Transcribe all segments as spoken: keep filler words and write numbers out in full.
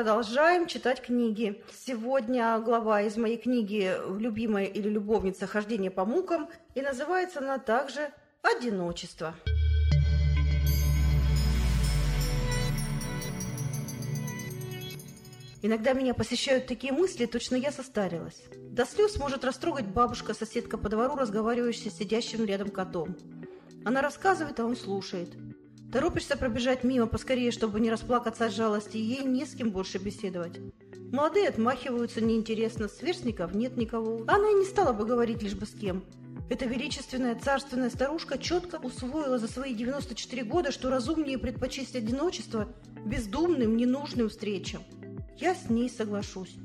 продолжаем читать книги. Сегодня глава из моей книги «Любимая или любовница. Хождение по мукам», и называется она также «Одиночество». Иногда меня посещают такие мысли, точно я состарилась. До слез может растрогать бабушка-соседка по двору, разговаривающая с сидящим рядом котом. Она рассказывает, а он слушает. Торопишься пробежать мимо поскорее, чтобы не расплакаться от жалости, и ей не с кем больше беседовать. Молодые отмахиваются неинтересно, сверстников нет никого. Она и не стала бы говорить лишь бы с кем. Эта величественная царственная старушка четко усвоила за свои девяносто четыре года, что разумнее предпочесть одиночество бездумным, ненужным встречам. Я с ней соглашусь.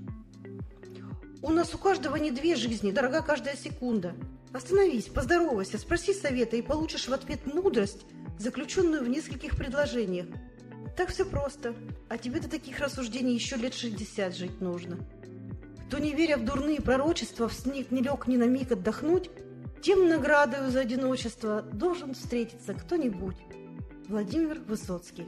У нас у каждого не две жизни, дорога каждая секунда. Остановись, поздоровайся, спроси совета и получишь в ответ мудрость, заключенную в нескольких предложениях. Так все просто. А тебе до таких рассуждений еще лет шестьдесят жить нужно. Кто, не веря в дурные пророчества, в снег не лег ни на миг отдохнуть, тем наградою за одиночество должен встретиться кто-нибудь. Владимир Высоцкий.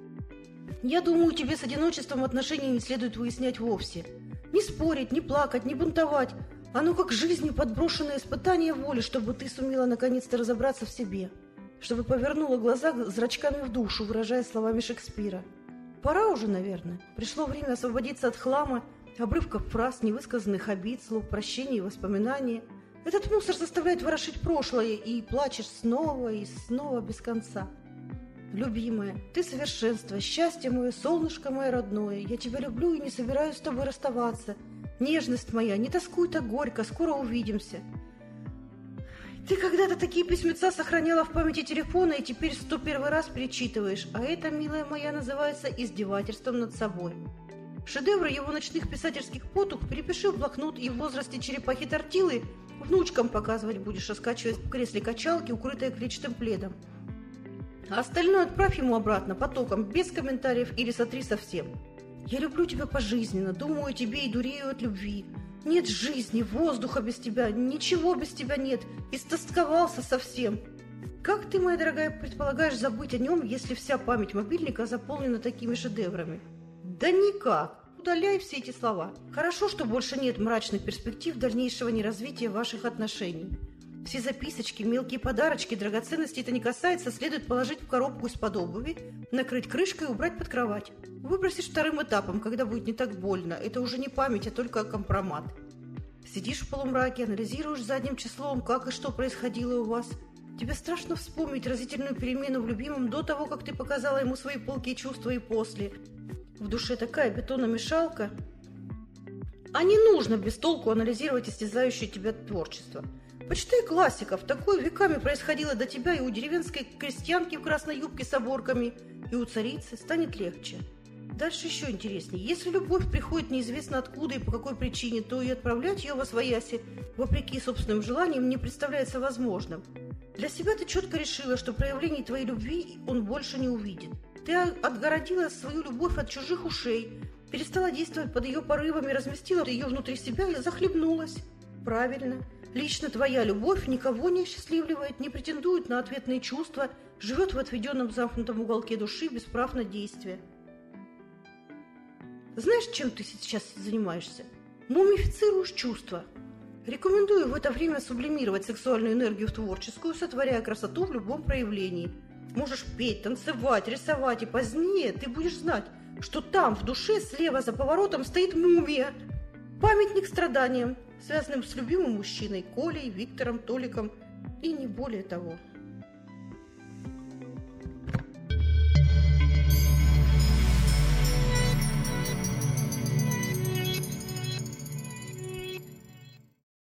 Я думаю, тебе с одиночеством отношений не следует выяснять вовсе. Не спорить, не плакать, не бунтовать. Оно как жизнью подброшенное испытание воли, чтобы ты сумела наконец-то разобраться в себе. Чтобы повернула глаза зрачками в душу, выражая словами Шекспира. Пора уже, наверное. Пришло время освободиться от хлама, обрывков фраз, невысказанных обид, слов прощения и воспоминаний. Этот мусор заставляет ворошить прошлое, и плачешь снова и снова без конца. Любимая, ты совершенство, счастье мое, солнышко мое родное. Я тебя люблю и не собираюсь с тобой расставаться. Нежность моя, не тоскуй так горько, скоро увидимся. Ты когда-то такие письмеца сохраняла в памяти телефона и теперь сто первый раз перечитываешь, а это, милая моя, называется издевательством над собой. Шедевры его ночных писательских потуг перепиши в блокнот и в возрасте черепахи Тортилы внучкам показывать будешь, раскачиваясь в кресле качалки, укрытое клетчатым пледом. А остальное отправь ему обратно, потоком, без комментариев или сотри совсем. Я люблю тебя пожизненно, думаю о тебе и дурею от любви. Нет жизни, воздуха без тебя, ничего без тебя нет. Истосковался совсем. Как ты, моя дорогая, предполагаешь забыть о нем, если вся память мобильника заполнена такими шедеврами? Да никак. Удаляй все эти слова. Хорошо, что больше нет мрачных перспектив дальнейшего неразвития ваших отношений. Все записочки, мелкие подарочки, драгоценности это не касается, следует положить в коробку из-под обуви, накрыть крышкой и убрать под кровать. Выбросишь вторым этапом, когда будет не так больно. Это уже не память, а только компромат. Сидишь в полумраке, анализируешь задним числом, как и что происходило у вас. Тебе страшно вспомнить разительную перемену в любимом до того, как ты показала ему свои пылкие чувства, и после. В душе такая бетономешалка. А не нужно без толку анализировать истязающее тебя творчество. Почитай классиков. Такое веками происходило до тебя и у деревенской крестьянки в красной юбке с оборками, и у царицы. Станет легче. Дальше еще интереснее. Если любовь приходит неизвестно откуда и по какой причине, то и отправлять ее восвояси, вопреки собственным желаниям, не представляется возможным. Для себя ты четко решила, что проявлений твоей любви он больше не увидит. Ты отгородила свою любовь от чужих ушей, перестала действовать под ее порывами, разместила ее внутри себя и захлебнулась. Правильно. Лично твоя любовь никого не осчастливливает, не претендует на ответные чувства, живет в отведенном замкнутом уголке души без прав на действие. Знаешь, чем ты сейчас занимаешься? Мумифицируешь чувства. Рекомендую в это время сублимировать сексуальную энергию в творческую, сотворяя красоту в любом проявлении. Можешь петь, танцевать, рисовать, и позднее ты будешь знать, что там, в душе, слева за поворотом стоит мумия. Памятник страданиям, связанным с любимым мужчиной, Колей, Виктором, Толиком и не более того.